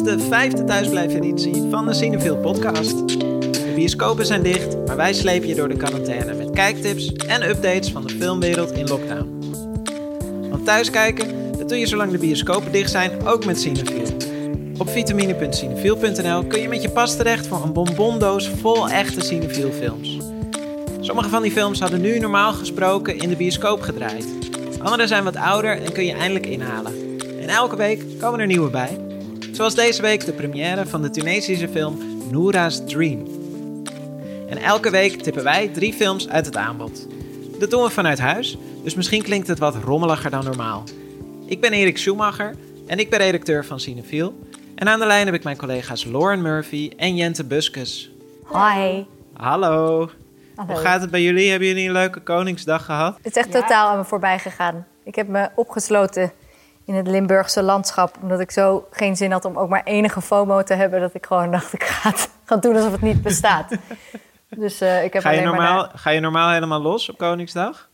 de 5e thuisblijfeditie van de Cinefiel podcast. De bioscopen zijn dicht, maar wij slepen je door de quarantaine met kijktips en updates van de filmwereld in lockdown. Want thuiskijken, dat doe je zolang de bioscopen dicht zijn, ook met Cinefiel. Op vitamine.cinefiel.nl kun je met je pas terecht voor een bonbondoos vol echte Cinefiel films. Sommige van die films hadden nu normaal gesproken in de bioscoop gedraaid. Andere zijn wat ouder en kun je eindelijk inhalen. En elke week komen er nieuwe bij. Zoals deze week de première van de Tunesische film Noura's Dream. En elke week tippen wij 3 films uit het aanbod. Dat doen we vanuit huis, dus misschien klinkt het wat rommeliger dan normaal. Ik ben Erik Schumacher en ik ben redacteur van Cinefiel. En aan de lijn heb ik mijn collega's Lauren Murphy en Jente Buskes. Hoi. Hallo. Hoe gaat het bij jullie? Hebben jullie een leuke Koningsdag gehad? Het is echt totaal aan me voorbij gegaan. Ik heb me opgesloten in het Limburgse landschap, omdat ik zo geen zin had om ook maar enige FOMO te hebben, dat ik gewoon dacht, ik ga het doen alsof het niet bestaat. Dus ik heb Ga je normaal helemaal los op Koningsdag?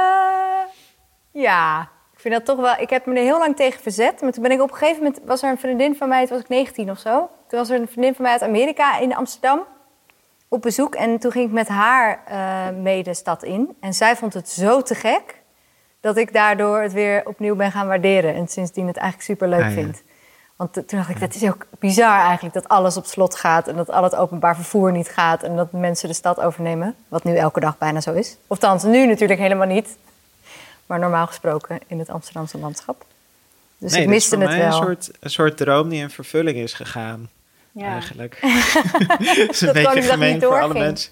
Ja, ik vind dat toch wel. Ik heb me er heel lang tegen verzet, maar toen ben ik op een gegeven moment, was er een vriendin van mij, toen was ik 19 of zo. Toen was er een vriendin van mij uit Amerika in Amsterdam op bezoek en toen ging ik met haar mee de stad in. En zij vond het zo te gek dat ik daardoor het weer opnieuw ben gaan waarderen. En sindsdien het eigenlijk superleuk vind. Want toen dacht ik, dat is ook bizar eigenlijk, dat alles op slot gaat en dat al het openbaar vervoer niet gaat en dat mensen de stad overnemen. Wat nu elke dag bijna zo is. Ofthans, nu natuurlijk helemaal niet. Maar normaal gesproken in het Amsterdamse landschap. Dus ik miste het wel. Een soort droom die in vervulling is gegaan. Ja. Eigenlijk. Dat is een beetje gemeen voor alle mensen.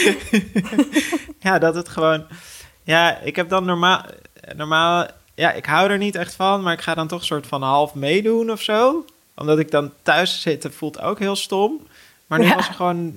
Ja, dat het gewoon. Ja, ik heb dan normaal. Ja, ik hou er niet echt van, maar ik ga dan toch een soort van half meedoen of zo. Omdat ik dan thuis zitten voelt ook heel stom. Maar nu was er gewoon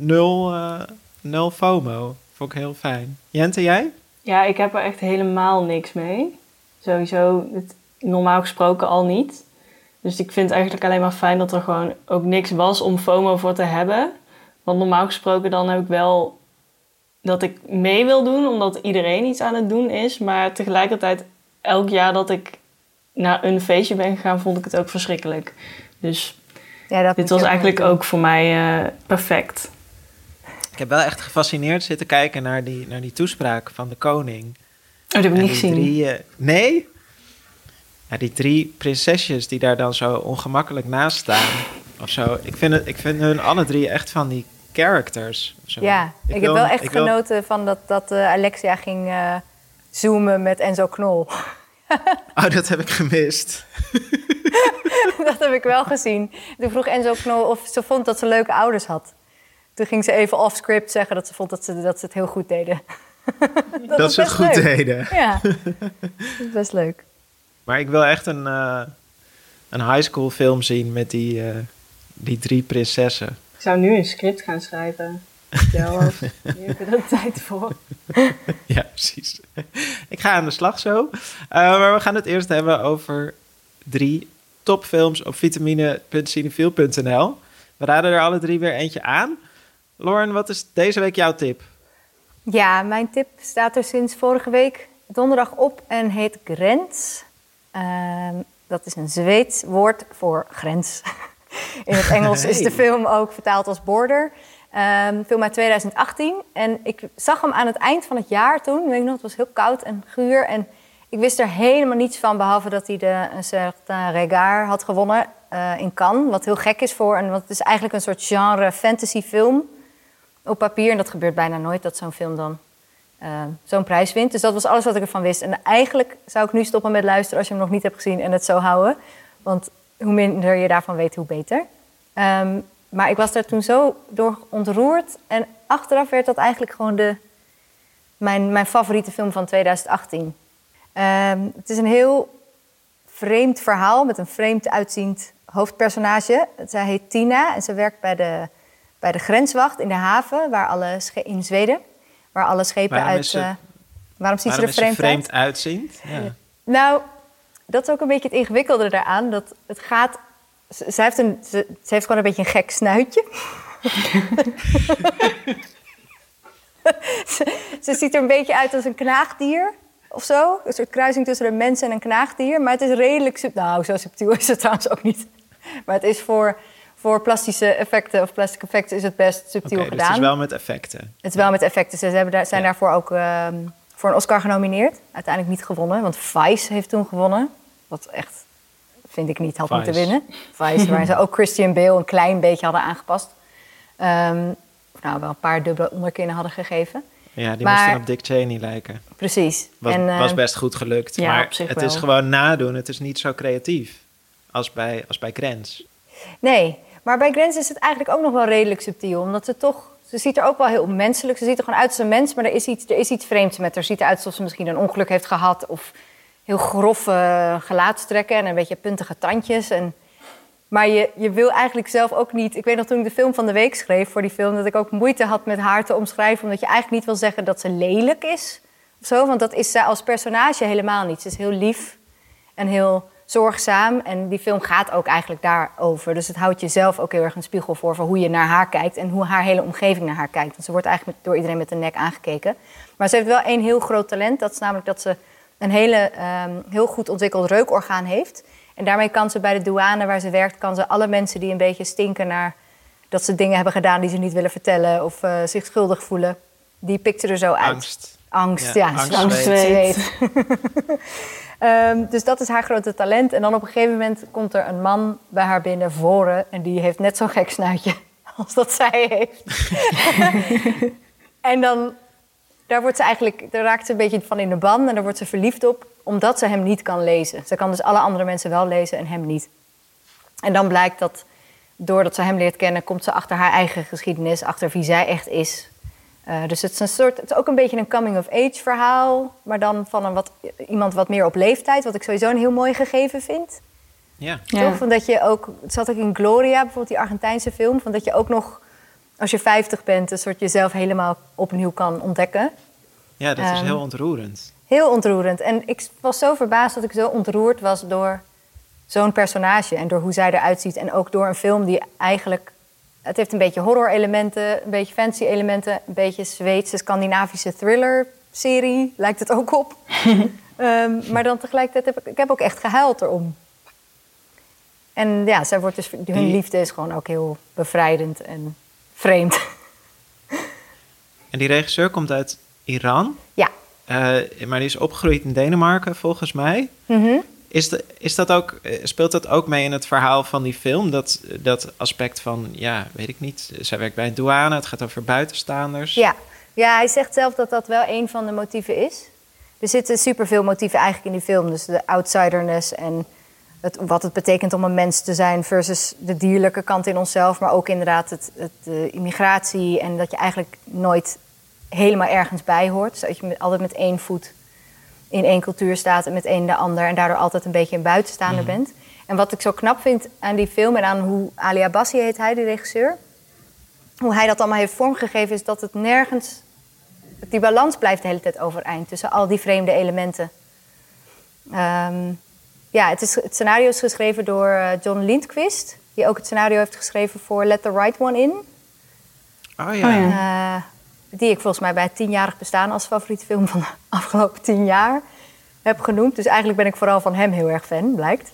nul FOMO. Vond ik heel fijn. Jente, jij? Ja, ik heb er echt helemaal niks mee. Sowieso, normaal gesproken al niet. Dus ik vind het eigenlijk alleen maar fijn dat er gewoon ook niks was om FOMO voor te hebben. Want normaal gesproken dan heb ik wel dat ik mee wil doen, omdat iedereen iets aan het doen is. Maar tegelijkertijd, elk jaar dat ik naar een feestje ben gegaan, vond ik het ook verschrikkelijk. Dus dit was eigenlijk ook voor mij perfect. Ik heb wel echt gefascineerd zitten kijken naar die toespraak van de koning. Oh, dat heb ik niet gezien. Nee? Ja, die 3 prinsesjes die daar dan zo ongemakkelijk naast staan. Of zo. Ik vind hun alle 3 echt van die characters. Zo. Ja, ik heb wel echt genoten van dat Alexia ging zoomen met Enzo Knol. Oh, dat heb ik gemist. Dat heb ik wel gezien. Toen vroeg Enzo Knol of ze vond dat ze leuke ouders had. Toen ging ze even off-script zeggen dat ze vond dat ze het heel goed deden. dat ze het goed deden. Ja, dat is best leuk. Maar ik wil echt een high school film zien met die 3 prinsessen. Ik zou nu een script gaan schrijven. Hier heb je er tijd voor. Ja, precies. Ik ga aan de slag zo. Maar we gaan het eerst hebben over 3 topfilms op vitamine.cinefiel.nl. We raden er alle 3 weer eentje aan. Lauren, wat is deze week jouw tip? Ja, mijn tip staat er sinds vorige week donderdag op en heet Grens. Dat is een Zweeds woord voor grens. In het Engels is de film ook vertaald als Border. Film uit 2018. En ik zag hem aan het eind van het jaar toen. Weet ik nog, het was heel koud en guur. En ik wist er helemaal niets van, behalve dat hij de Certain Regard had gewonnen in Cannes. Wat heel gek is want het is eigenlijk een soort genre fantasy film op papier. En dat gebeurt bijna nooit, dat zo'n film dan zo'n prijs wint. Dus dat was alles wat ik ervan wist. En eigenlijk zou ik nu stoppen met luisteren als je hem nog niet hebt gezien en het zo houden. Want hoe minder je daarvan weet, hoe beter. Maar ik was daar toen zo door ontroerd. En achteraf werd dat eigenlijk gewoon mijn favoriete film van 2018. Het is een heel vreemd verhaal met een vreemd uitziend hoofdpersonage. Zij heet Tina en ze werkt bij de grenswacht in de haven in Zweden. Waar alle schepen waarom ziet ze er vreemd uitziend? Ja. Nou, dat is ook een beetje het ingewikkelde daaraan. Dat het gaat. Ze heeft gewoon een beetje een gek snuitje. ze ziet er een beetje uit als een knaagdier of zo. Een soort kruising tussen een mens en een knaagdier. Maar het is redelijk subtiel. Nou, zo subtiel is het trouwens ook niet. Maar het is voor voor plastische effecten of plastic effecten is het best subtiel gedaan. Dus het is wel met effecten. Het is wel met effecten. Ze zijn daarvoor ook voor een Oscar genomineerd. Uiteindelijk niet gewonnen, want Vice heeft toen gewonnen. Wat echt, vind ik niet, had moeten winnen. Vice, waar ze ook Christian Bale een klein beetje hadden aangepast. Wel een paar dubbele onderkinnen hadden gegeven. Ja, die moesten op Dick Cheney lijken. Precies. Was best goed gelukt. Ja, maar op zich het wel. is gewoon nadoen. Het is niet zo creatief als bij Grens. Nee, maar bij Grens is het eigenlijk ook nog wel redelijk subtiel. Omdat ze ziet er ook wel heel menselijk. Ze ziet er gewoon uit als een mens, maar er is iets vreemds met haar. Ze ziet eruit alsof ze misschien een ongeluk heeft gehad. Of heel grove gelaatstrekken en een beetje puntige tandjes. Maar je wil eigenlijk zelf ook niet... Ik weet nog toen ik de film van de week schreef voor die film... dat ik ook moeite had met haar te omschrijven... omdat je eigenlijk niet wil zeggen dat ze lelijk is. Of zo, want dat is zij als personage helemaal niet. Ze is heel lief en heel zorgzaam. En die film gaat ook eigenlijk daarover. Dus het houdt jezelf ook heel erg een spiegel voor hoe je naar haar kijkt... en hoe haar hele omgeving naar haar kijkt. Want ze wordt eigenlijk door iedereen met de nek aangekeken. Maar ze heeft wel één heel groot talent. Dat is namelijk dat ze een heel goed ontwikkeld reukorgaan heeft... En daarmee kan ze bij de douane waar ze werkt... kan ze alle mensen die een beetje stinken naar... dat ze dingen hebben gedaan die ze niet willen vertellen... of zich schuldig voelen, die pikt ze er zo uit. Angst, zweet. Dus dat is haar grote talent. En dan op een gegeven moment komt er een man bij haar binnen, Voren... en die heeft net zo'n gek snuitje als dat zij heeft. En dan... Daar raakt ze een beetje van in de ban en daar wordt ze verliefd op... omdat ze hem niet kan lezen. Ze kan dus alle andere mensen wel lezen en hem niet. En dan blijkt dat, doordat ze hem leert kennen... komt ze achter haar eigen geschiedenis, achter wie zij echt is. Dus het is ook een beetje een coming-of-age verhaal... maar dan van iemand wat meer op leeftijd... wat ik sowieso een heel mooi gegeven vind. Ja. Toch? Van dat je ook, het zat ook in Gloria, bijvoorbeeld die Argentijnse film... van dat je ook nog... als je 50 bent, een soort jezelf helemaal opnieuw kan ontdekken. Ja, dat is heel ontroerend. Heel ontroerend. En ik was zo verbaasd dat ik zo ontroerd was door zo'n personage... en door hoe zij eruit ziet. En ook door een film die eigenlijk... Het heeft een beetje horror-elementen, een beetje fantasy-elementen... een beetje Zweedse, Scandinavische thriller-serie, lijkt het ook op. Maar dan tegelijkertijd heb ik ook echt gehuild erom. En ja, hun liefde is gewoon ook heel bevrijdend en vreemd. En die regisseur komt uit Iran? Ja. Maar die is opgegroeid in Denemarken, volgens mij. Mm-hmm. Speelt dat ook mee in het verhaal van die film? Dat aspect van, ja, weet ik niet... Zij werkt bij een douane, het gaat over buitenstaanders. Ja, hij zegt zelf dat dat wel een van de motieven is. Er zitten superveel motieven eigenlijk in die film. Dus de outsiderness en wat het betekent om een mens te zijn... versus de dierlijke kant in onszelf. Maar ook inderdaad de immigratie en dat je eigenlijk nooit helemaal ergens bij hoort. Dus dat je altijd met één voet in één cultuur staat en met één de ander... en daardoor altijd een beetje een buitenstaander bent. En wat ik zo knap vind aan die film en aan hoe Ali Abbasi heet hij, die regisseur... hoe hij dat allemaal heeft vormgegeven, is dat het nergens... Die balans blijft de hele tijd overeind tussen al die vreemde elementen. Het scenario is geschreven door John Lindqvist... die ook het scenario heeft geschreven voor Let the Right One In. Oh ja. Die ik volgens mij bij het 10-jarig bestaan... als favoriete film van de afgelopen 10 jaar heb genoemd. Dus eigenlijk ben ik vooral van hem heel erg fan, blijkt.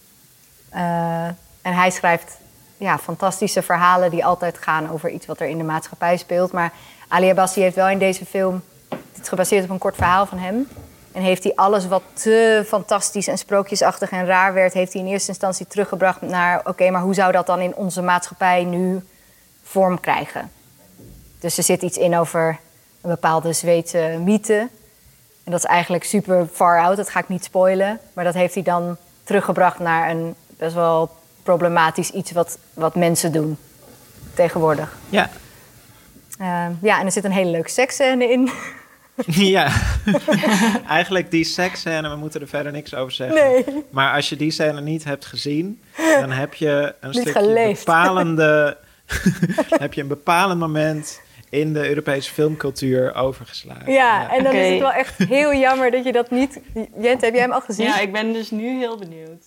En hij schrijft fantastische verhalen... die altijd gaan over iets wat er in de maatschappij speelt. Maar Ali Abbasi heeft wel in deze film... het is gebaseerd op een kort verhaal van hem... en heeft hij alles wat te fantastisch en sprookjesachtig en raar werd... heeft hij in eerste instantie teruggebracht naar... oké, maar hoe zou dat dan in onze maatschappij nu vorm krijgen? Dus er zit iets in over een bepaalde Zweedse mythe. En dat is eigenlijk super far out, dat ga ik niet spoilen. Maar dat heeft hij dan teruggebracht naar een best wel problematisch iets... wat mensen doen tegenwoordig. Ja. En er zit een hele leuke seksscène in... Ja, eigenlijk die seksscène, we moeten er verder niks over zeggen. Nee. Maar als je die scène niet hebt gezien, dan heb je een Niet stukje geleefd. bepalende... heb je een bepalend moment in de Europese filmcultuur overgeslagen. Ja, en dan is het wel echt heel jammer dat je dat niet... Jente, heb jij hem al gezien? Ja, ik ben dus nu heel benieuwd.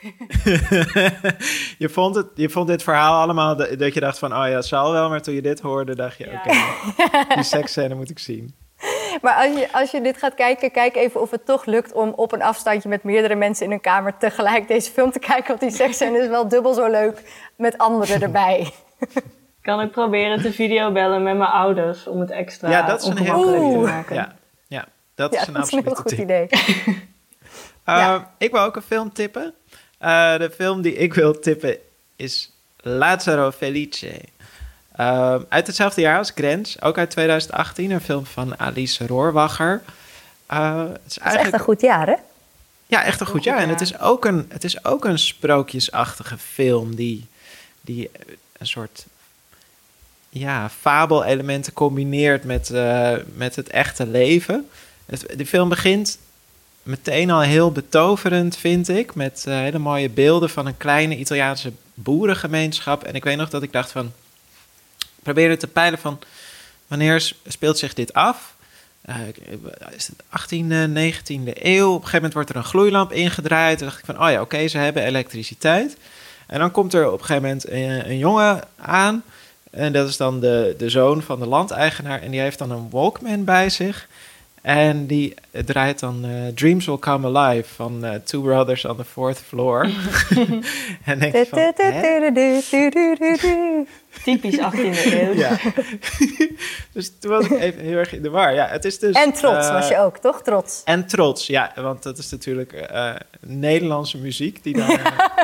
Je vond dit verhaal allemaal dat je dacht van... oh ja, het zal wel, maar toen je dit hoorde dacht je... oké, die seksscène moet ik zien. Maar als je dit gaat kijken, kijk even of het toch lukt om op een afstandje met meerdere mensen in een kamer tegelijk deze film te kijken. Want die seksscène is wel dubbel zo leuk met anderen erbij. Kan ik proberen te videobellen met mijn ouders om het extra Ja, dat is een heel ongemakkelijk te maken. Ja, dat is een dat is een heel absolute goed tip. idee. Ik wil ook een film tippen. De film die ik wil tippen is Lazzaro Felice. Uit hetzelfde jaar als Grens, ook uit 2018, een film van Alice Rohrwacher. Het is echt een goed jaar, hè? Ja, echt een goed jaar. En het is ook een sprookjesachtige film die een soort fabelelementen combineert met het echte leven. De film begint meteen al heel betoverend, vind ik, met hele mooie beelden van een kleine Italiaanse boerengemeenschap. En ik weet nog dat ik dacht van, ik probeerde te peilen van, wanneer speelt zich dit af? Is het 18e, 19e eeuw? Op een gegeven moment wordt er een gloeilamp ingedraaid. En dacht ik van, oké, ze hebben elektriciteit. En dan komt er op een gegeven moment een jongen aan. En dat is dan de zoon van de landeigenaar. En die heeft dan een Walkman bij zich. En die draait dan Dreams Will Come Alive van Two Brothers on the Fourth Floor. En denk je van, Typisch 18e eeuw. Ja. Dus toen was ik even heel erg in de war. Ja, het is dus, En trots was je ook, toch? Trots. En trots, ja. Want dat is natuurlijk Nederlandse muziek die dan...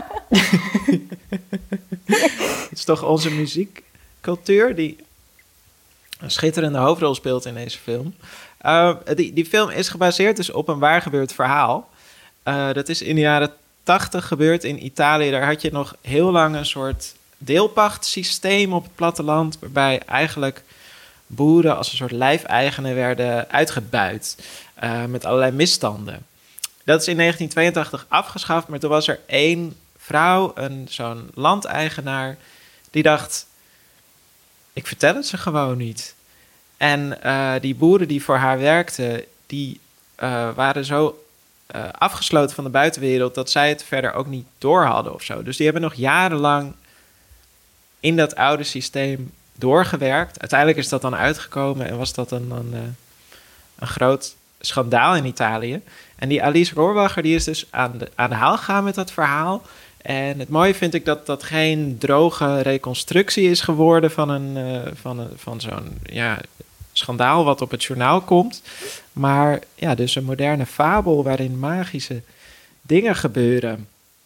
Het is toch onze muziekcultuur die een schitterende hoofdrol speelt in deze film. Die film is gebaseerd dus op een waar gebeurd verhaal. Dat is in de jaren 80 gebeurd in Italië. Daar had je nog heel lang een soort deelpachtsysteem op het platteland, waarbij eigenlijk boeren als een soort lijfeigenen werden uitgebuit met allerlei misstanden. Dat is in 1982 afgeschaft, maar toen was er één vrouw, zo'n landeigenaar, die dacht, ik vertel het ze gewoon niet. En die boeren die voor haar werkten, die waren zo afgesloten van de buitenwereld dat zij het verder ook niet door hadden of zo. Dus die hebben nog jarenlang in dat oude systeem doorgewerkt. Uiteindelijk is dat dan uitgekomen en was dat een groot schandaal in Italië. En die Alice Rohrwacher die is dus aan de haal gegaan met dat verhaal. En het mooie vind ik dat dat geen droge reconstructie is geworden van zo'n schandaal wat op het journaal komt. Maar ja, dus een moderne fabel waarin magische dingen gebeuren.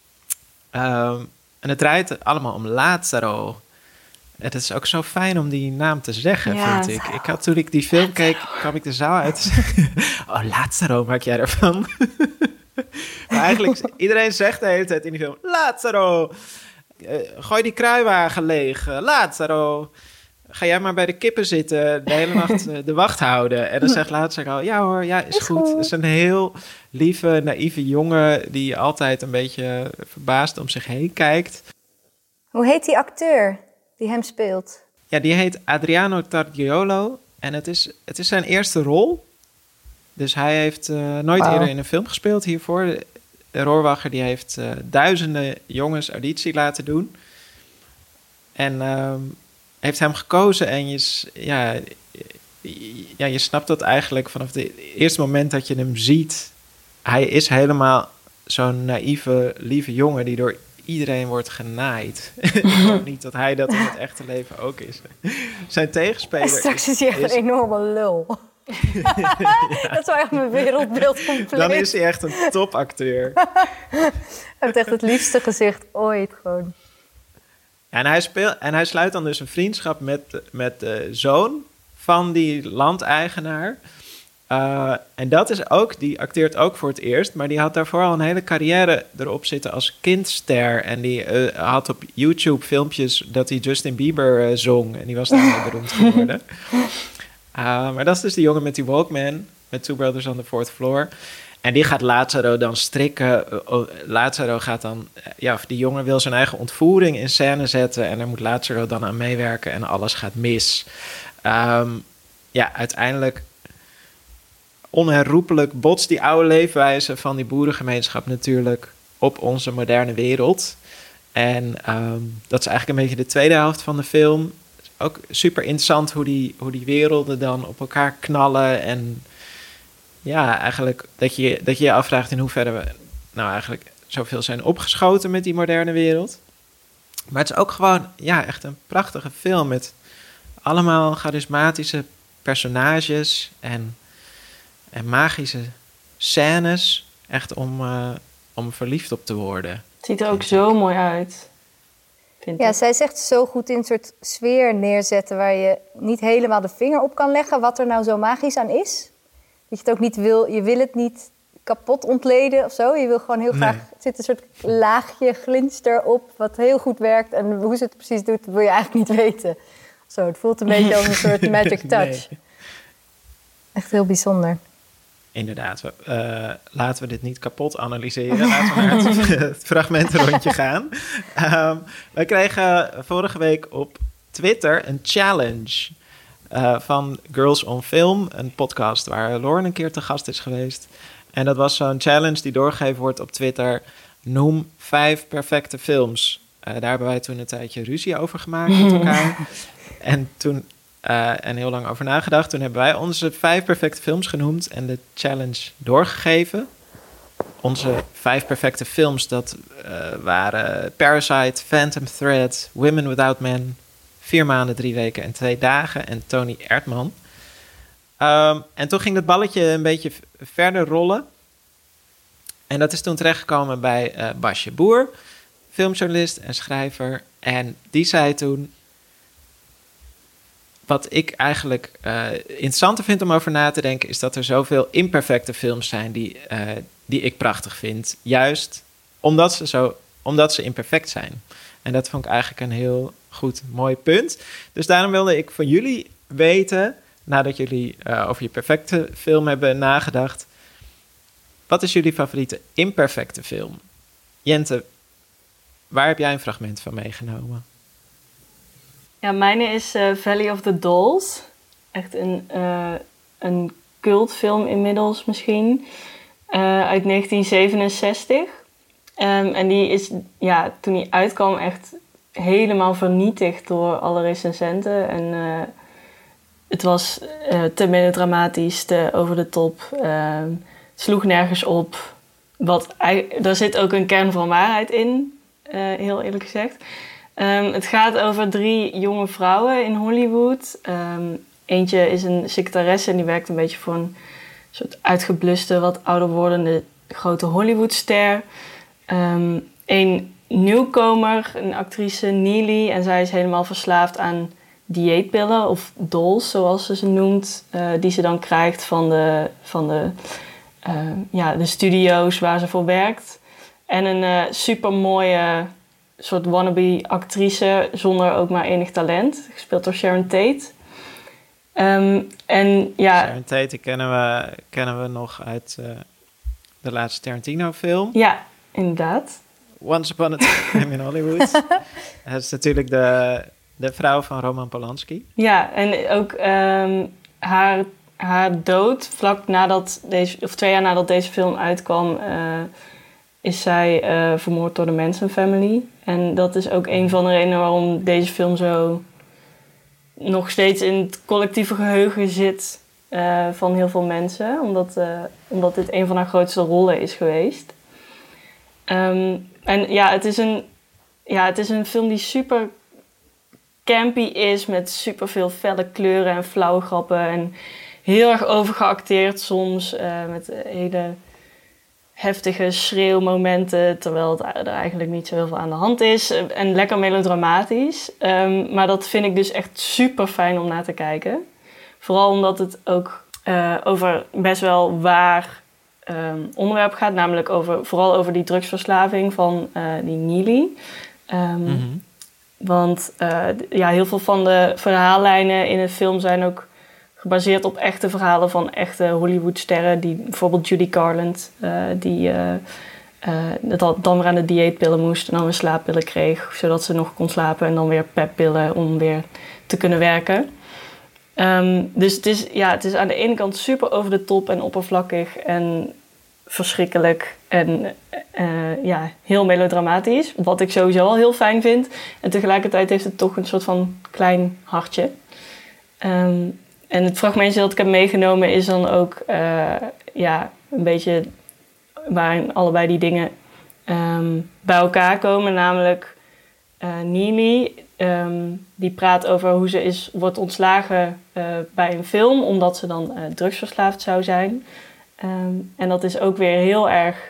En het draait allemaal om Lazzaro. Het is ook zo fijn om die naam te zeggen, vind ik. Ik had, toen ik die film keek, kwam ik de zaal uit. Oh, Lazzaro maak jij ervan? Maar eigenlijk, iedereen zegt de hele tijd in die film, Lazzaro, gooi die kruiwagen leeg, Lazzaro. Ga jij maar bij de kippen zitten, de hele nacht de wacht houden. En dan zegt Lazzaro, ja hoor, ja, is goed. Het is een heel lieve, naïeve jongen die altijd een beetje verbaasd om zich heen kijkt. Hoe heet die acteur die hem speelt? Ja, die heet Adriano Tardiolo. En het is zijn eerste rol. Dus hij heeft nooit eerder in een film gespeeld hiervoor. De Rohrwacher die heeft duizenden jongens auditie laten doen. En heeft hem gekozen. En je snapt dat eigenlijk vanaf het eerste moment dat je hem ziet. Hij is helemaal zo'n naïeve, lieve jongen die door iedereen wordt genaaid. Ik hoop niet dat hij dat in het echte leven ook is. Zijn tegenspeler... En straks is hij echt een enorme lul. Ja. Dat is wel echt mijn wereldbeeld compleet. Dan is hij echt een topacteur. Hij heeft echt het liefste gezicht ooit gewoon. En hij sluit dan dus een vriendschap met de zoon van die landeigenaar. En dat is ook, die acteert ook voor het eerst, maar die had daarvoor al een hele carrière erop zitten als kindster. En die had op YouTube filmpjes dat hij Justin Bieber zong. En die was daar beroemd geworden. Maar dat is dus die jongen met die Walkman, met Two Brothers on the Fourth Floor. En die gaat Lazzaro dan strikken. Lazzaro gaat dan, of die jongen wil zijn eigen ontvoering in scène zetten. En daar moet Lazzaro dan aan meewerken en alles gaat mis. Uiteindelijk onherroepelijk botst die oude leefwijze van die boerengemeenschap natuurlijk op onze moderne wereld. En dat is eigenlijk een beetje de tweede helft van de film. Ook super interessant hoe die werelden dan op elkaar knallen. En ja, eigenlijk dat je je afvraagt in hoeverre we nou eigenlijk zoveel zijn opgeschoten met die moderne wereld. Maar het is ook gewoon, ja, echt een prachtige film met allemaal charismatische personages en magische scènes. Echt om verliefd op te worden. Het ziet er ook zo mooi uit. Ja, zij is echt zo goed in een soort sfeer neerzetten waar je niet helemaal de vinger op kan leggen wat er nou zo magisch aan is. Dat je het ook niet wil, je wil het niet kapot ontleden of zo. Je wil gewoon heel graag, er zit een soort laagje glinster op wat heel goed werkt. En hoe ze het precies doet, wil je eigenlijk niet weten. Zo, het voelt een beetje als een soort magic touch. Nee. Echt heel bijzonder. Inderdaad, laten we dit niet kapot analyseren. Laten we naar het fragmentenrondje gaan. Wij kregen vorige week op Twitter een challenge van Girls on Film. Een podcast waar Lauren een keer te gast is geweest. En dat was zo'n challenge die doorgegeven wordt op Twitter. Noem 5 perfecte films. Daar hebben wij toen een tijdje ruzie over gemaakt met elkaar. En toen... en heel lang over nagedacht. Toen hebben wij onze 5 perfecte films genoemd en de challenge doorgegeven. Onze 5 perfecte films, dat waren Parasite, Phantom Thread, Women Without Men, 4 maanden, 3 weken en 2 dagen en Tony Erdmann. En toen ging het balletje een beetje verder rollen. En dat is toen terechtgekomen bij Basje Boer, filmjournalist en schrijver. En die zei toen... Wat ik eigenlijk interessanter vind om over na te denken... is dat er zoveel imperfecte films zijn die ik prachtig vind. Juist omdat ze imperfect zijn. En dat vond ik eigenlijk een heel goed, mooi punt. Dus daarom wilde ik van jullie weten... nadat jullie over je perfecte film hebben nagedacht... wat is jullie favoriete imperfecte film? Jente, waar heb jij een fragment van meegenomen? Ja, mijne is Valley of the Dolls. Echt een cultfilm inmiddels misschien. Uit 1967. En die is, ja, toen die uitkwam echt helemaal vernietigd door alle recensenten. En het was te melodramatisch, te over de top. Sloeg nergens op. Er zit ook een kern van waarheid in, heel eerlijk gezegd. Het gaat over 3 jonge vrouwen in Hollywood. Eentje is een secretaresse en die werkt een beetje voor een soort uitgebluste, wat ouder wordende grote Hollywoodster. Een nieuwkomer, een actrice, Neely, en zij is helemaal verslaafd aan dieetpillen of dolls, zoals ze noemt, die ze dan krijgt van de studio's waar ze voor werkt. En een supermooie soort wannabe actrice zonder ook maar enig talent, gespeeld door Sharon Tate. Sharon Tate kennen we nog uit de laatste Tarantino-film. Ja, inderdaad. Once Upon a Time in Hollywood. Dat is natuurlijk de vrouw van Roman Polanski. Ja, en ook haar dood, vlak nadat 2 jaar nadat deze film uitkwam, is zij vermoord door de Manson Family. En dat is ook een van de redenen waarom deze film zo nog steeds in het collectieve geheugen zit van heel veel mensen. Omdat dit een van haar grootste rollen is geweest. En ja, het is een film die super campy is met super veel felle kleuren en flauwe grappen. En heel erg overgeacteerd soms met hele heftige schreeuwmomenten, terwijl er eigenlijk niet zo heel veel aan de hand is. En lekker melodramatisch. Maar dat vind ik dus echt super fijn om naar te kijken. Vooral omdat het ook over best wel waar onderwerp gaat. Namelijk vooral over die drugsverslaving van die Neely. Want heel veel van de verhaallijnen in het film zijn ook gebaseerd op echte verhalen van echte Hollywoodsterren. Die bijvoorbeeld Judy Garland, die dan weer aan de dieetpillen moest en dan weer slaappillen kreeg, zodat ze nog kon slapen, en dan weer peppillen om weer te kunnen werken. Dus het is aan de ene kant super over de top en oppervlakkig en verschrikkelijk en heel melodramatisch. Wat ik sowieso al heel fijn vind. En tegelijkertijd heeft het toch een soort van klein hartje. En het fragmentje dat ik heb meegenomen is dan ook een beetje waarin allebei die dingen bij elkaar komen. Namelijk Neely, die praat over hoe ze wordt ontslagen bij een film, omdat ze dan drugsverslaafd zou zijn. En dat is ook weer heel erg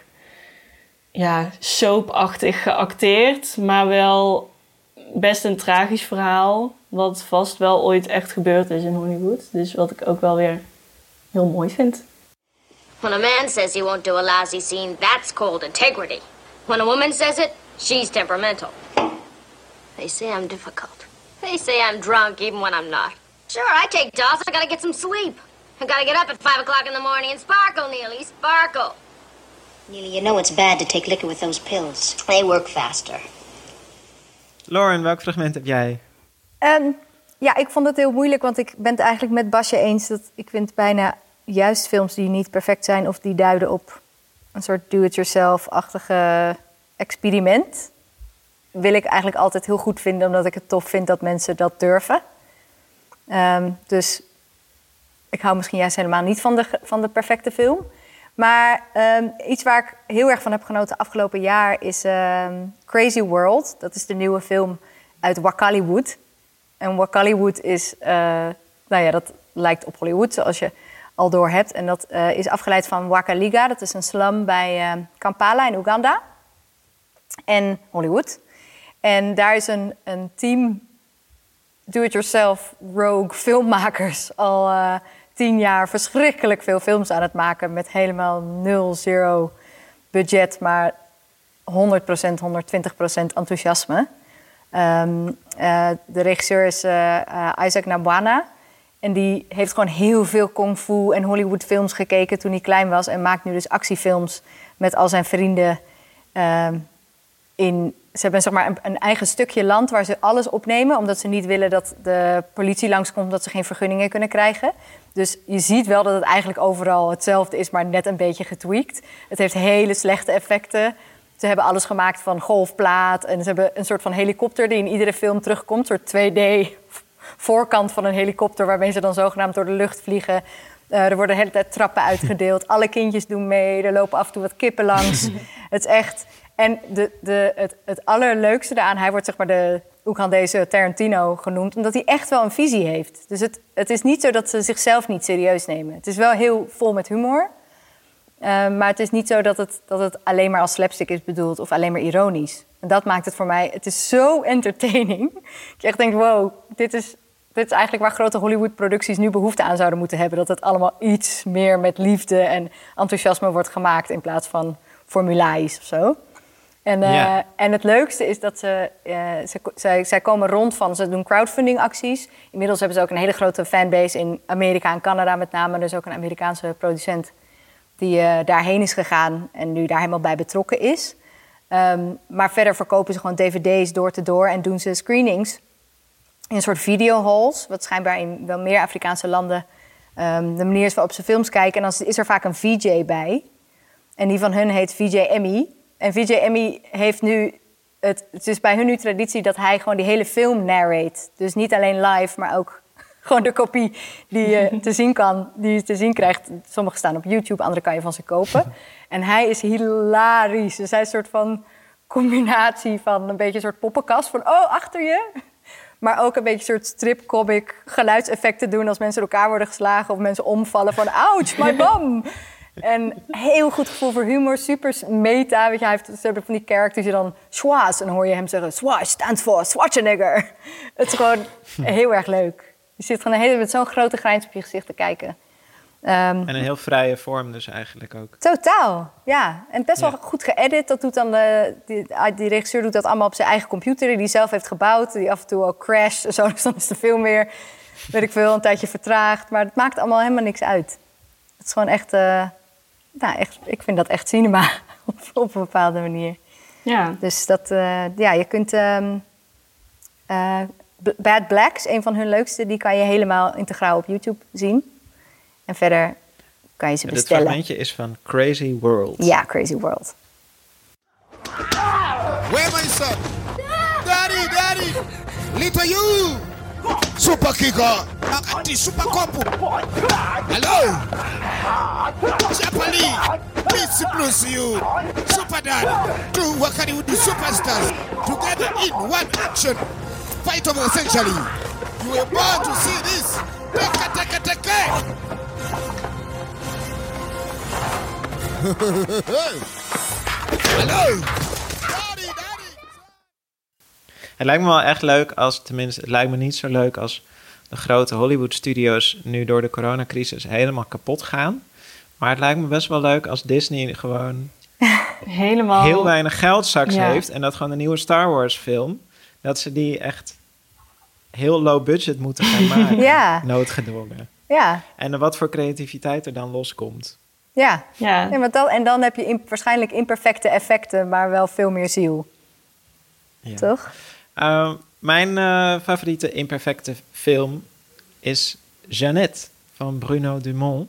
soapachtig geacteerd, maar wel best een tragisch verhaal, wat vast wel ooit echt gebeurd is in Hollywood. Dus wat ik ook wel weer heel mooi vind. When a man says he won't do a lousy scene, that's called integrity. When a woman says it, she's temperamental. They say I'm difficult. They say I'm drunk even when I'm not. Sure, I take dose. I gotta get some sleep. I gotta get up at 5 o'clock in the morning and sparkle, Neely, sparkle. Neely, you know it's bad to take liquor with those pills. They work faster. Lauren, welk fragment heb jij? Ik vond het heel moeilijk, want ik ben het eigenlijk met Basje eens. Dat ik vind bijna juist films die niet perfect zijn of die duiden op een soort do-it-yourself-achtige experiment, wil ik eigenlijk altijd heel goed vinden, omdat ik het tof vind dat mensen dat durven. Dus ik hou misschien juist helemaal niet van de perfecte film. Maar iets waar ik heel erg van heb genoten afgelopen jaar is Crazy World. Dat is de nieuwe film uit Wakaliwood. En Wakaliwood is, dat lijkt op Hollywood, zoals je al door hebt. En dat is afgeleid van Wakaliga. Dat is een slum bij Kampala in Oeganda. En Hollywood. En daar is een team do-it-yourself rogue filmmakers al 10 jaar verschrikkelijk veel films aan het maken met helemaal 0 budget, maar 100%, 120% enthousiasme. De regisseur is Isaac Nabwana. En die heeft gewoon heel veel kung fu en Hollywood films gekeken toen hij klein was. En maakt nu dus actiefilms met al zijn vrienden. Ze hebben zeg maar een eigen stukje land waar ze alles opnemen, omdat ze niet willen dat de politie langskomt, dat ze geen vergunningen kunnen krijgen. Dus je ziet wel dat het eigenlijk overal hetzelfde is, maar net een beetje getweakt. Het heeft hele slechte effecten. Ze hebben alles gemaakt van golfplaat. En ze hebben een soort van helikopter die in iedere film terugkomt. Een soort 2D voorkant van een helikopter waarmee ze dan zogenaamd door de lucht vliegen. Er worden de hele tijd trappen uitgedeeld. Alle kindjes doen mee. Er lopen af en toe wat kippen langs. Het is echt... En het allerleukste daaraan, hij wordt zeg maar de Oegandese Tarantino genoemd, omdat hij echt wel een visie heeft. Dus het is niet zo dat ze zichzelf niet serieus nemen. Het is wel heel vol met humor. Maar het is niet zo dat het alleen maar als slapstick is bedoeld of alleen maar ironisch. En dat maakt het voor mij... Het is zo entertaining. Dat je echt denkt, wow, dit is eigenlijk waar grote Hollywood-producties nu behoefte aan zouden moeten hebben. Dat het allemaal iets meer met liefde en enthousiasme wordt gemaakt in plaats van formulaisch of zo. En het leukste is dat zij komen rond van... Ze doen crowdfunding acties. Inmiddels hebben ze ook een hele grote fanbase in Amerika en Canada met name. Dus ook een Amerikaanse producent die daarheen is gegaan en nu daar helemaal bij betrokken is. Maar verder verkopen ze gewoon dvd's door te door en doen ze screenings in een soort videohalls, wat schijnbaar in wel meer Afrikaanse landen de manier is waarop ze films kijken. En dan is er vaak een VJ bij. En die van hun heet VJ Emmy. En VJ Emmy heeft nu... Het is bij hun nu traditie dat hij gewoon die hele film narrate. Dus niet alleen live, maar ook gewoon de kopie die je te zien krijgt. Sommige staan op YouTube, andere kan je van ze kopen. En hij is hilarisch. Dus hij is een soort van combinatie van een beetje een soort poppenkast. Van, oh, achter je. Maar ook een beetje een soort stripcomic geluidseffecten doen als mensen door elkaar worden geslagen of mensen omvallen van, ouch, my bum. En heel goed gevoel voor humor, super meta. Weet je, ze hebben van die characters die dan Schwarz, en dan hoor je hem zeggen, Schwarz stands for Schwarzenegger. Het is gewoon heel erg leuk. Je zit gewoon met zo'n grote grijns op je gezicht te kijken. En een heel vrije vorm dus eigenlijk ook. Totaal, ja. En best wel goed geëdit. Dat doet dan die regisseur doet dat allemaal op zijn eigen computer, die hij zelf heeft gebouwd, die af en toe ook crasht. Zo, dus dan is de film weer, weet ik veel, een tijdje vertraagd. Maar het maakt allemaal helemaal niks uit. Het is gewoon echt, echt, ik vind dat echt cinema op een bepaalde manier. Ja. Dus dat, je kunt Bad Blacks, een van hun leukste, die kan je helemaal integraal op YouTube zien. En verder kan je ze bestellen. Dit fragmentje is van Crazy World. Ja, Crazy World. Where my son? Daddy, Daddy! Little you! Super kicker. Akati super kopu. Hello. Japali. Miss Blues you. Super dad. Do Wakari with the superstars. Together in one action. Fight over essentially. You were born to see this. Take. Hallo! Daddy! Het lijkt me wel echt leuk het lijkt me niet zo leuk als de grote Hollywood-studio's nu door de coronacrisis helemaal kapot gaan. Maar het lijkt me best wel leuk als Disney gewoon helemaal heel weinig geld straks heeft en dat gewoon een nieuwe Star Wars film, dat ze die echt heel low budget moeten gaan maken, noodgedwongen. Ja. En wat voor creativiteit er dan loskomt. Ja. Maar dan heb je waarschijnlijk imperfecte effecten, maar wel veel meer ziel. Ja. Toch? Mijn favoriete imperfecte film is Jeannette van Bruno Dumont.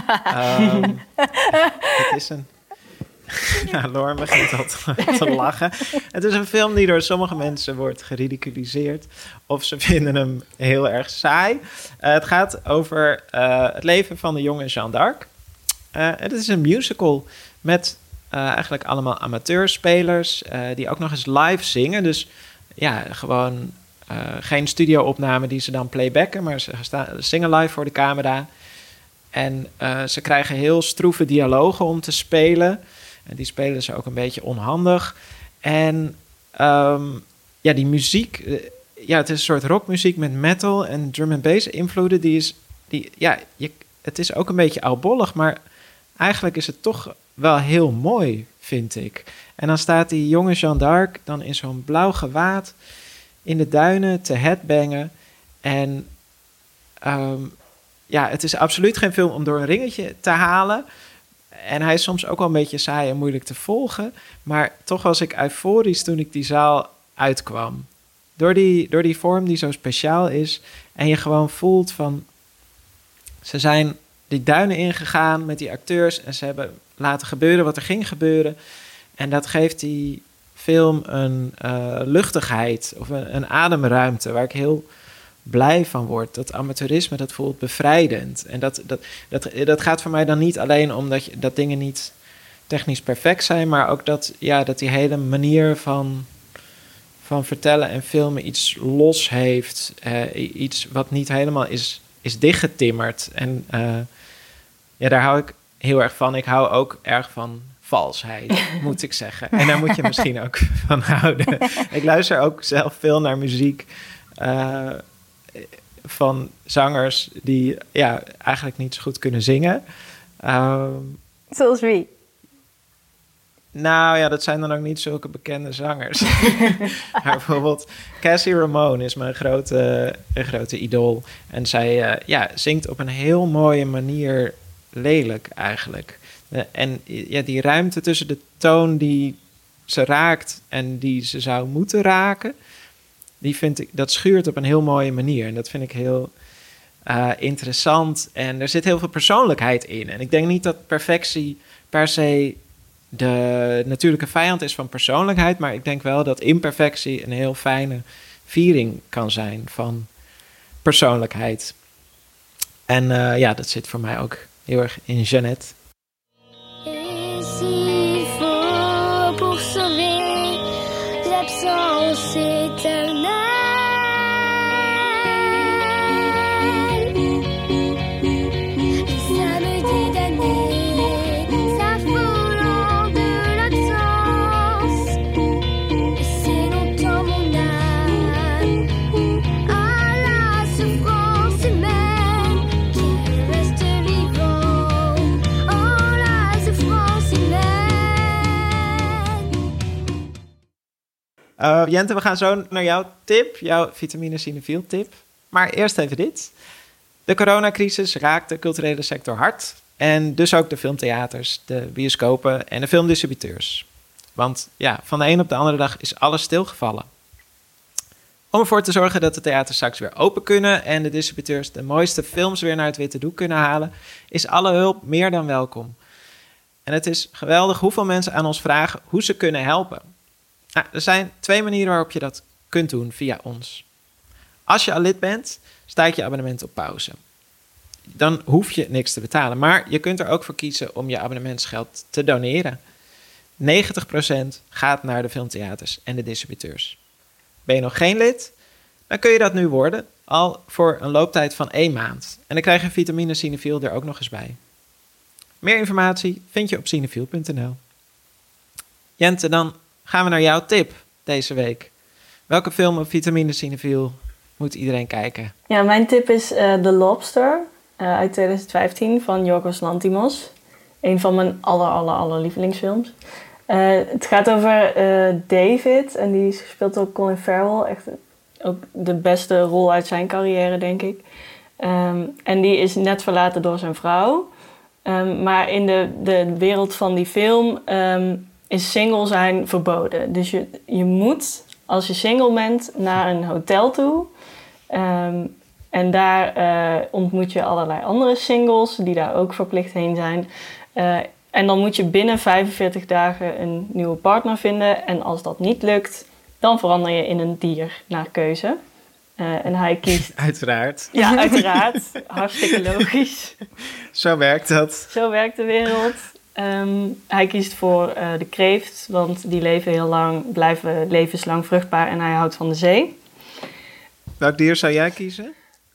Het is een... Ja, Lauren begint al te lachen. Het is een film die door sommige mensen wordt geridiculiseerd. Of ze vinden hem heel erg saai. Het gaat over het leven van de jonge Jeanne d'Arc. Het is een musical met eigenlijk allemaal amateurspelers die ook nog eens live zingen. Dus ja, gewoon geen studio-opname die ze dan playbacken, maar ze zingen live voor de camera. En ze krijgen heel stroeve dialogen om te spelen. En die spelen ze ook een beetje onhandig. En die muziek, het is een soort rockmuziek met metal en drum and bass invloeden. Het is ook een beetje oudbollig, maar eigenlijk is het toch wel heel mooi, vind ik. En dan staat die jonge Jeanne d'Arc dan in zo'n blauw gewaad in de duinen te headbangen. En het is absoluut geen film om door een ringetje te halen. En hij is soms ook wel een beetje saai en moeilijk te volgen. Maar toch was ik euforisch toen ik die zaal uitkwam. Door die vorm die zo speciaal is. En je gewoon voelt van... Ze zijn die duinen ingegaan met die acteurs. En ze hebben laten gebeuren wat er ging gebeuren. En dat geeft die film een luchtigheid of een ademruimte waar ik heel blij van word. Dat amateurisme, dat voelt bevrijdend. En dat gaat voor mij dan niet alleen omdat dat dingen niet technisch perfect zijn, maar ook dat die hele manier van vertellen en filmen iets los heeft. Iets wat niet helemaal is dichtgetimmerd. En daar hou ik heel erg van. Ik hou ook erg van valsheid, moet ik zeggen. En daar moet je misschien ook van houden. Ik luister ook zelf veel naar muziek van zangers die eigenlijk niet zo goed kunnen zingen. Zoals wie? Nou ja, dat zijn dan ook niet zulke bekende zangers. Maar bijvoorbeeld Cassie Ramone is mijn grote idool. En zij zingt op een heel mooie manier lelijk eigenlijk. En die ruimte tussen de toon die ze raakt en die ze zou moeten raken, die vind ik, dat schuurt op een heel mooie manier. En dat vind ik heel interessant. En er zit heel veel persoonlijkheid in. En ik denk niet dat perfectie per se de natuurlijke vijand is van persoonlijkheid, maar ik denk wel dat imperfectie een heel fijne viering kan zijn van persoonlijkheid. En dat zit voor mij ook heel erg in Jeannette. Jente, we gaan zo naar jouw tip, jouw vitamine cinefiel tip. Maar eerst even dit. De coronacrisis raakt de culturele sector hard. En dus ook de filmtheaters, de bioscopen en de filmdistributeurs. Want van de een op de andere dag is alles stilgevallen. Om ervoor te zorgen dat de theaters straks weer open kunnen en de distributeurs de mooiste films weer naar het witte doek kunnen halen, is alle hulp meer dan welkom. En het is geweldig hoeveel mensen aan ons vragen hoe ze kunnen helpen. Nou, er zijn 2 manieren waarop je dat kunt doen via ons. Als je al lid bent, staat je abonnement op pauze. Dan hoef je niks te betalen. Maar je kunt er ook voor kiezen om je abonnementsgeld te doneren. 90% gaat naar de filmtheaters en de distributeurs. Ben je nog geen lid? Dan kun je dat nu worden, al voor een looptijd van 1 maand. En dan krijg je vitamine Cinefiel er ook nog eens bij. Meer informatie vind je op cinefiel.nl. Jente, dan gaan we naar jouw tip deze week. Welke film op vitamine Cinefiel moet iedereen kijken? Ja, mijn tip is The Lobster uit 2015 van Yorgos Lanthimos. Een van mijn aller lievelingsfilms. Het gaat over David en die speelt door Colin Farrell. Echt ook de beste rol uit zijn carrière, denk ik. En die is net verlaten door zijn vrouw. Maar in de wereld van die film is single zijn verboden. Dus je moet, als je single bent, naar een hotel toe. En daar ontmoet je allerlei andere singles die daar ook verplicht heen zijn. En dan moet je binnen 45 dagen een nieuwe partner vinden. En als dat niet lukt, dan verander je in een dier naar keuze. En hij kiest... Uiteraard. Ja, uiteraard. Hartstikke logisch. Zo werkt dat. Zo werkt de wereld. Hij kiest voor de kreeft, want die leven heel lang, blijven levenslang vruchtbaar en hij houdt van de zee. Welk dier zou jij kiezen?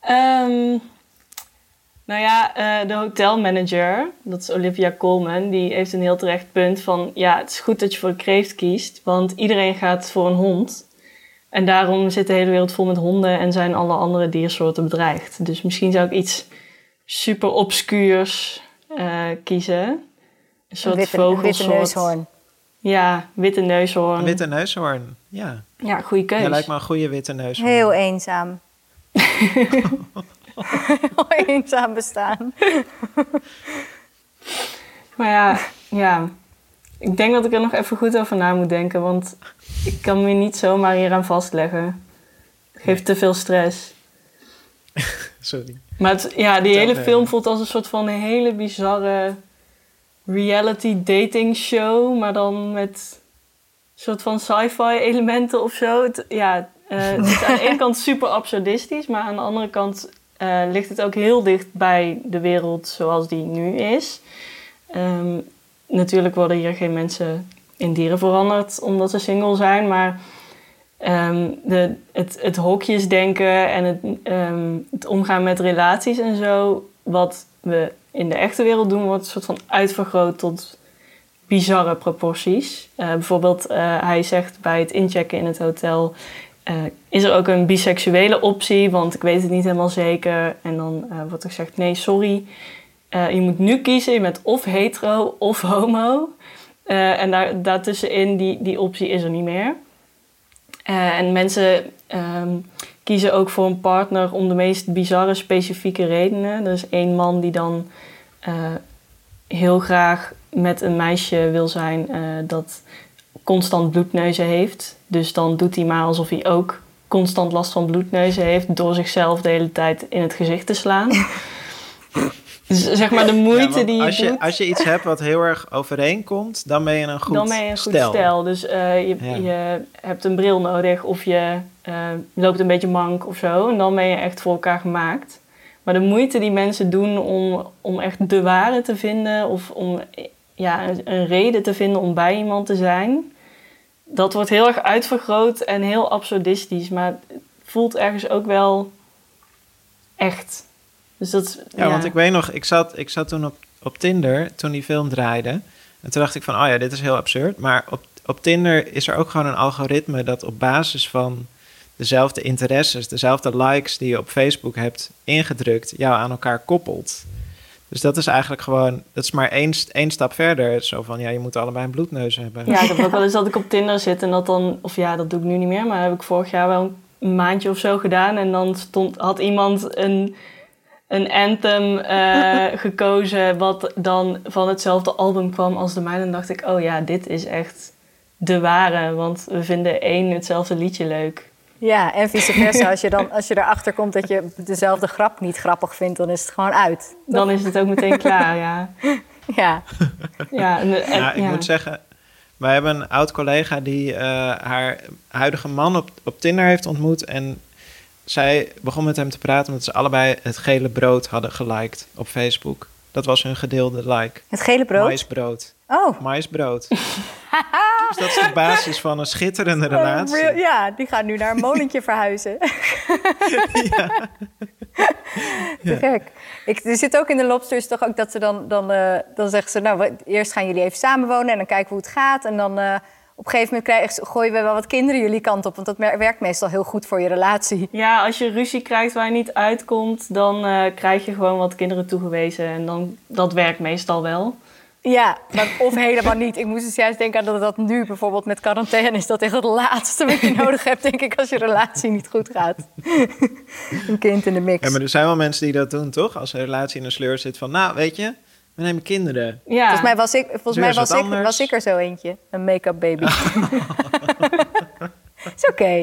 De hotelmanager, dat is Olivia Colman, die heeft een heel terecht punt van... Ja, het is goed dat je voor de kreeft kiest, want iedereen gaat voor een hond. En daarom zit de hele wereld vol met honden en zijn alle andere diersoorten bedreigd. Dus misschien zou ik iets super obscuurs kiezen. Een soort vogelsoort. Witte neushoorn. Ja, witte neushoorn. Witte neushoorn, ja. Ja, goede keus. Ja, lijkt me een goede witte neushoorn. Heel eenzaam. Heel eenzaam bestaan. Maar ja, ik denk dat ik er nog even goed over na moet denken, want ik kan me niet zomaar hier aan vastleggen. Het geeft te veel stress. Sorry. Maar die hele film voelt als een soort van een hele bizarre reality dating show, maar dan met een soort van sci-fi elementen of zo. Het is aan de ene kant super absurdistisch, maar aan de andere kant ligt het ook heel dicht bij de wereld zoals die nu is. Natuurlijk worden hier geen mensen in dieren veranderd omdat ze single zijn, maar het hokjesdenken en het omgaan met relaties en zo, wat we in de echte wereld doen, wordt een soort van uitvergroot tot bizarre proporties. Bijvoorbeeld, hij zegt bij het inchecken in het hotel, is er ook een biseksuele optie, want ik weet het niet helemaal zeker. En dan wordt er gezegd, nee, sorry, je moet nu kiezen, je bent of hetero of homo. En daartussenin, die optie is er niet meer. En mensen kiezen ook voor een partner om de meest bizarre specifieke redenen. Er is 1 man die dan heel graag met een meisje wil zijn dat constant bloedneuzen heeft. Dus dan doet hij maar alsof hij ook constant last van bloedneuzen heeft door zichzelf de hele tijd in het gezicht te slaan. Dus zeg maar de moeite die je doet. Als je iets hebt wat heel erg overeenkomt, dan ben je een goed stel. Dus je hebt een bril nodig of je loopt een beetje mank of zo. En dan ben je echt voor elkaar gemaakt. Maar de moeite die mensen doen om echt de ware te vinden of om een reden te vinden om bij iemand te zijn, dat wordt heel erg uitvergroot en heel absurdistisch. Maar het voelt ergens ook wel echt. Dus dat, want ik weet nog, ik zat toen op Tinder toen die film draaide. En toen dacht ik van, dit is heel absurd. Maar op Tinder is er ook gewoon een algoritme dat op basis van dezelfde interesses, dezelfde likes die je op Facebook hebt ingedrukt, jou aan elkaar koppelt. Dus dat is eigenlijk gewoon, dat is maar één stap verder. Zo van, je moet allebei een bloedneus hebben. Ja, ik heb ook wel eens dat ik op Tinder zit en dat dan, dat doe ik nu niet meer, maar heb ik vorig jaar wel een maandje of zo gedaan. En dan had iemand een anthem gekozen wat dan van hetzelfde album kwam als de mijne. En dacht ik, dit is echt de ware, want we vinden hetzelfde liedje leuk. Ja, en vice versa. Als je erachter komt dat je dezelfde grap niet grappig vindt, dan is het gewoon uit. Dan is het ook meteen klaar, ja. Ja. Ik moet zeggen, wij hebben een oud collega die haar huidige man op Tinder heeft ontmoet. En zij begon met hem te praten omdat ze allebei het gele brood hadden geliked op Facebook. Dat was hun gedeelde like. Het gele brood? Maïsbrood. Oh. Maïsbrood. Dus dat is de basis van een schitterende relatie. Ja, die gaat nu naar een molentje verhuizen. Ja. Te gek. Er zit ook in de Lobsters toch ook dat ze dan zeggen ze... nou, eerst gaan jullie even samenwonen en dan kijken we hoe het gaat. En dan op een gegeven moment gooien we wel wat kinderen jullie kant op. Want dat werkt meestal heel goed voor je relatie. Ja, als je ruzie krijgt waar je niet uitkomt... dan krijg je gewoon wat kinderen toegewezen. En dan, dat werkt meestal wel. Ja, of helemaal niet. Ik moest dus juist denken aan dat nu bijvoorbeeld met quarantaine is. Dat echt het laatste wat je nodig hebt, denk ik, als je relatie niet goed gaat. Een kind in de mix. Ja, maar er zijn wel mensen die dat doen, toch? Als een relatie in een sleur zit van, nou, weet je, we nemen kinderen. Ja. Volgens mij was ik er zo eentje. Een make-up baby. Is oké.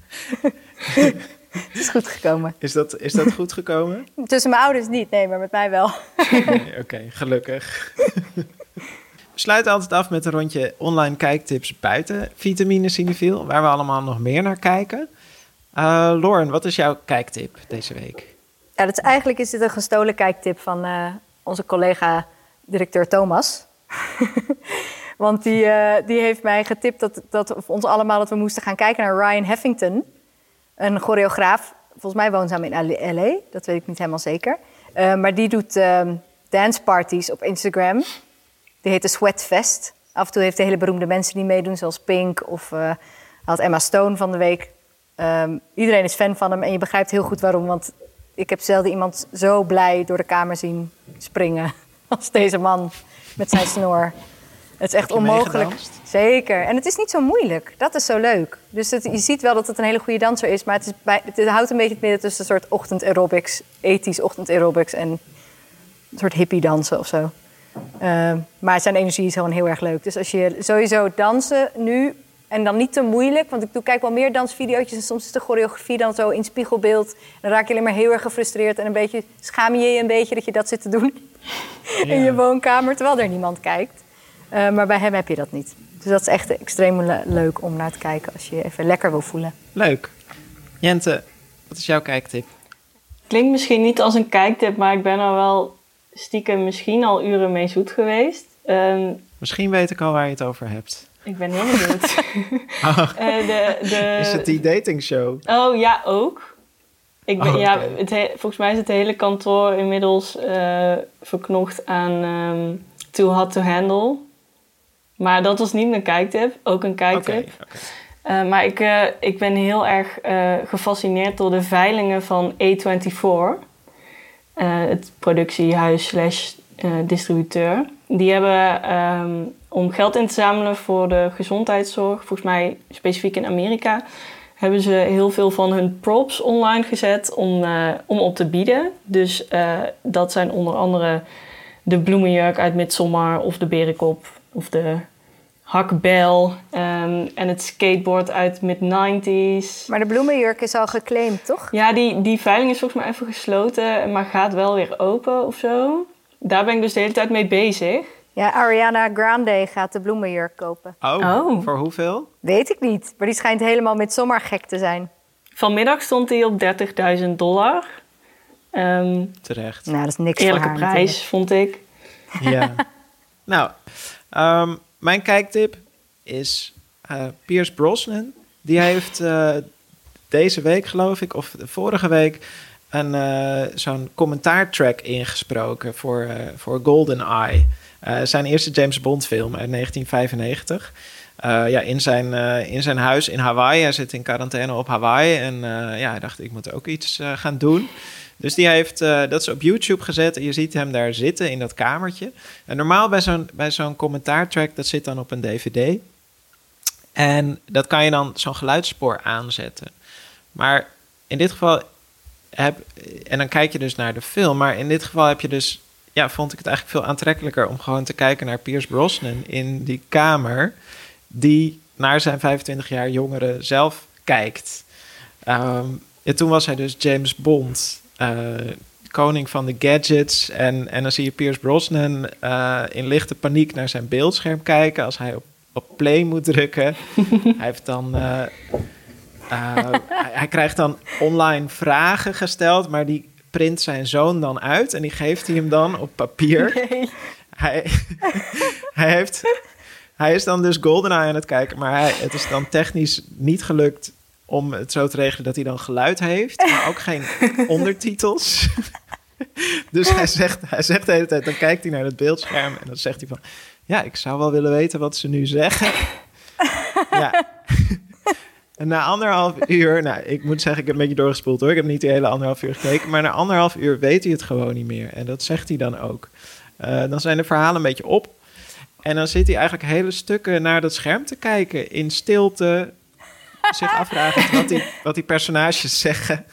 Het is goed gekomen. Is dat goed gekomen? Tussen mijn ouders niet, nee, maar met mij wel. Oké, gelukkig. We sluiten altijd af met een rondje online kijktips buiten Vitamine Cinefiel, waar we allemaal nog meer naar kijken. Lauren, wat is jouw kijktip deze week? Ja, eigenlijk is dit een gestolen kijktip van onze collega directeur Thomas. Want die heeft mij getipt dat ons allemaal dat we moesten gaan kijken naar Ryan Heffington. Een choreograaf. Volgens mij woont hij in L.A. Dat weet ik niet helemaal zeker. Maar die doet danceparties op Instagram. Die heet de Sweatfest. Af en toe heeft hij hele beroemde mensen die meedoen, zoals Pink of had Emma Stone van de week. Iedereen is fan van hem en je begrijpt heel goed waarom. Want ik heb zelden iemand zo blij door de kamer zien springen als deze man met zijn snor. Het is echt onmogelijk. Zeker. En het is niet zo moeilijk. Dat is zo leuk. Dus je ziet wel dat het een hele goede danser is. Maar het houdt een beetje het midden tussen een soort ochtendaerobics, ethisch ochtendaerobics en een soort hippie dansen of zo. Maar zijn energie is gewoon heel erg leuk. Dus als je sowieso dansen nu en dan niet te moeilijk. Want ik kijk wel meer dansvideo's en soms is de choreografie dan zo in spiegelbeeld. Dan raak je alleen maar heel erg gefrustreerd en een beetje schaam je een beetje dat je dat zit te doen in je woonkamer terwijl er niemand kijkt. Maar bij hem heb je dat niet. Dus dat is echt extreem leuk om naar te kijken als je je even lekker wil voelen. Leuk. Jente, wat is jouw kijktip? Klinkt misschien niet als een kijktip, maar ik ben er wel stiekem misschien al uren mee zoet geweest. Misschien weet ik al waar je het over hebt. Ik ben heel benieuwd. Is het die datingshow? Oh ja, ook. Volgens mij is het hele kantoor inmiddels verknocht aan Too Hot to Handle. Maar dat was niet mijn kijktip, ook een kijktip. Okay. Maar ik ben heel erg gefascineerd door de veilingen van A24. Het productiehuis / distributeur. Die hebben om geld in te zamelen voor de gezondheidszorg, volgens mij specifiek in Amerika, hebben ze heel veel van hun props online gezet om op te bieden. Dus dat zijn onder andere de bloemenjurk uit Midsommar of de berenkop of de hakbel en het skateboard uit mid-90s. Maar de bloemenjurk is al geclaimd, toch? Ja, die veiling is volgens mij even gesloten, maar gaat wel weer open of zo. Daar ben ik dus de hele tijd mee bezig. Ja, Ariana Grande gaat de bloemenjurk kopen. Oh. Voor hoeveel? Weet ik niet, maar die schijnt helemaal Midsommar gek te zijn. Vanmiddag stond hij op $30.000. Terecht. Nou, dat is niks eerlijke voor haar, prijs, natuurlijk. vond ik. Ja. Nou, mijn kijktip is Pierce Brosnan. Die heeft deze week, geloof ik, of vorige week, zo'n commentaartrack ingesproken voor GoldenEye. Zijn eerste James Bond film uit 1995. In zijn huis in Hawaii. Hij zit in quarantaine op Hawaii. En hij dacht, ik moet ook iets gaan doen. Dus die heeft dat is op YouTube gezet. En je ziet hem daar zitten in dat kamertje. En normaal bij zo'n commentaartrack, dat zit dan op een DVD. En dat kan je dan zo'n geluidsspoor aanzetten. Maar in dit geval en dan kijk je dus naar de film. Maar in dit geval heb je dus, vond ik het eigenlijk veel aantrekkelijker om gewoon te kijken naar Pierce Brosnan in die kamer, die naar zijn 25 jaar jongere zelf kijkt. En toen was hij dus James Bond, koning van de gadgets. En dan zie je Pierce Brosnan in lichte paniek naar zijn beeldscherm kijken als hij op play moet drukken. Hij heeft dan Hij krijgt dan online vragen gesteld, maar die print zijn zoon dan uit en die geeft hij hem dan op papier. Nee. Hij is dan dus GoldenEye aan het kijken, maar het is dan technisch niet gelukt om het zo te regelen dat hij dan geluid heeft, maar ook geen ondertitels. Dus hij zegt de hele tijd, dan kijkt hij naar het beeldscherm en dan zegt hij van, ja, ik zou wel willen weten wat ze nu zeggen. Ja. En na 1,5 uur, nou, ik moet zeggen, ik heb een beetje doorgespoeld hoor. Ik heb niet die hele 1,5 uur gekeken, maar na 1,5 uur weet hij het gewoon niet meer. En dat zegt hij dan ook. Dan zijn de verhalen een beetje op. En dan zit hij eigenlijk hele stukken naar dat scherm te kijken in stilte, zich afvragend wat die personages zeggen.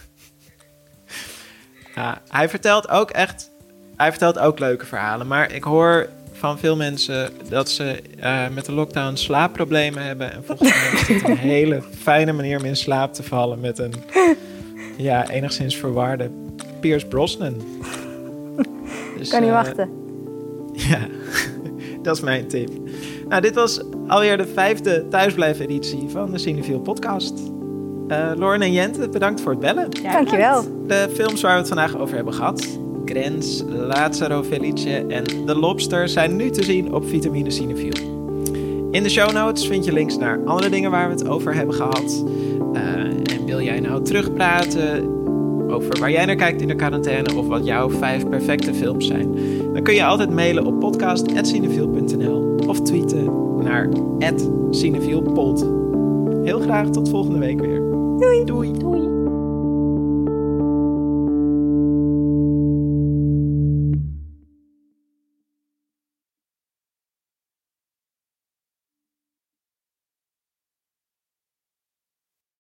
Hij vertelt ook leuke verhalen, maar ik hoor van veel mensen dat ze met de lockdown slaapproblemen hebben. En volgens mij is dit een hele fijne manier om in slaap te vallen met een enigszins verwarde Pierce Brosnan. Dus, Kan niet wachten. Ja, dat is mijn tip. Nou, dit was alweer de 5e thuisblijfeditie van de Cinefiel podcast. Lauren en Jente, bedankt voor het bellen. Ja, Dankjewel. De films waar we het vandaag over hebben gehad, Grens, Lazaro Felice en The Lobster, zijn nu te zien op Vitamine Cinefiel. In de show notes vind je links naar andere dingen waar we het over hebben gehad. En wil jij nou terugpraten over waar jij naar kijkt in de quarantaine of wat jouw 5 perfecte films zijn, dan kun je altijd mailen op podcast@cinefiel.nl of tweeten naar @cinefielpod. Heel graag tot volgende week weer. Doei. Doei.